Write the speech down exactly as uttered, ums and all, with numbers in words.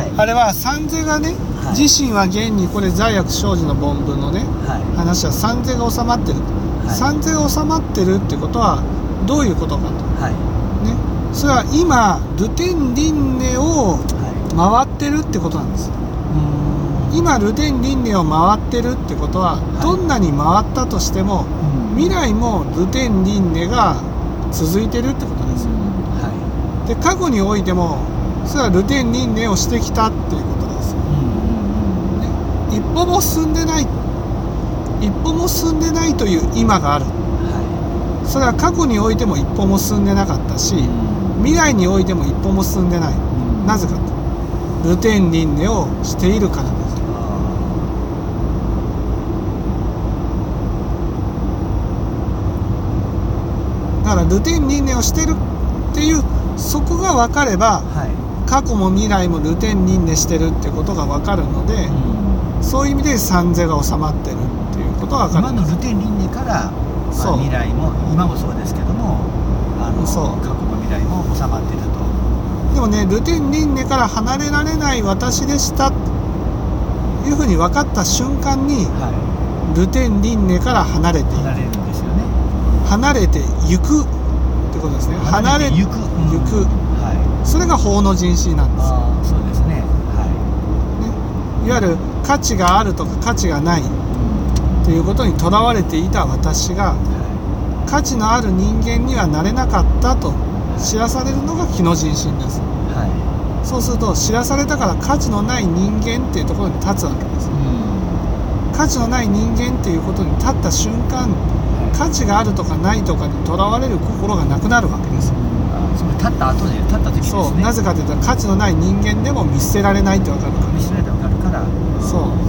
はい、 あれは三世がね、 はい、 自身は現にこれ罪悪生じの梵文のね、 はい、 話は三世が収まってる、はい、三世が収まってるってことはどういうことかと、 はいね、それは今ルテン輪廻を回ってるってことなんです。今ルテン輪廻を回ってるってことは、はい、どんなに回ったとしても、うん、未来もルテン輪廻が続いてるってことですよ、はい、で過去においてもそれはルテン輪廻をしてきたっていうことです、うんね、一歩も進んでない一歩も進んでないという今がある、はい、それは過去においても一歩も進んでなかったし、うん、未来においても一歩も進んでない、うん、なぜかとルテン輪廻をしているからです。だからルテン輪廻をしてるっていうそこが分かれば、はい、過去も未来もルテン輪廻してるっていうことが分かるので、うん、そういう意味で三世が収まってるっていうことが分かる。 今のルテン輪廻から、まあ、未来も今もそうですけどもあのそう過去も未来も収まってると。 でもねルテン輪廻から離れられない私でしたというふうに分かった瞬間に、はい、ルテン輪廻から離れていく。 離れるんですよね。 離れてゆくってことですね。離れてゆく、うんゆくはい、それが法の人心なんです。 あそうですね、はいね。いわゆる価値があるとか価値がないということにとらわれていた私が、はい、価値のある人間にはなれなかったと知らされるのが気の人心です、はい、そうすると知らされたから価値のない人間っていうところに立つわけです、うん、価値のない人間っていうことに立った瞬間価値があるとかないとかにとらわれる心がなくなるわけです。 あそれ立った後で立った時ですね。 そうなぜかというと価値のない人間でも見捨てられないって分かるから。 見捨てられて分かるから。 そう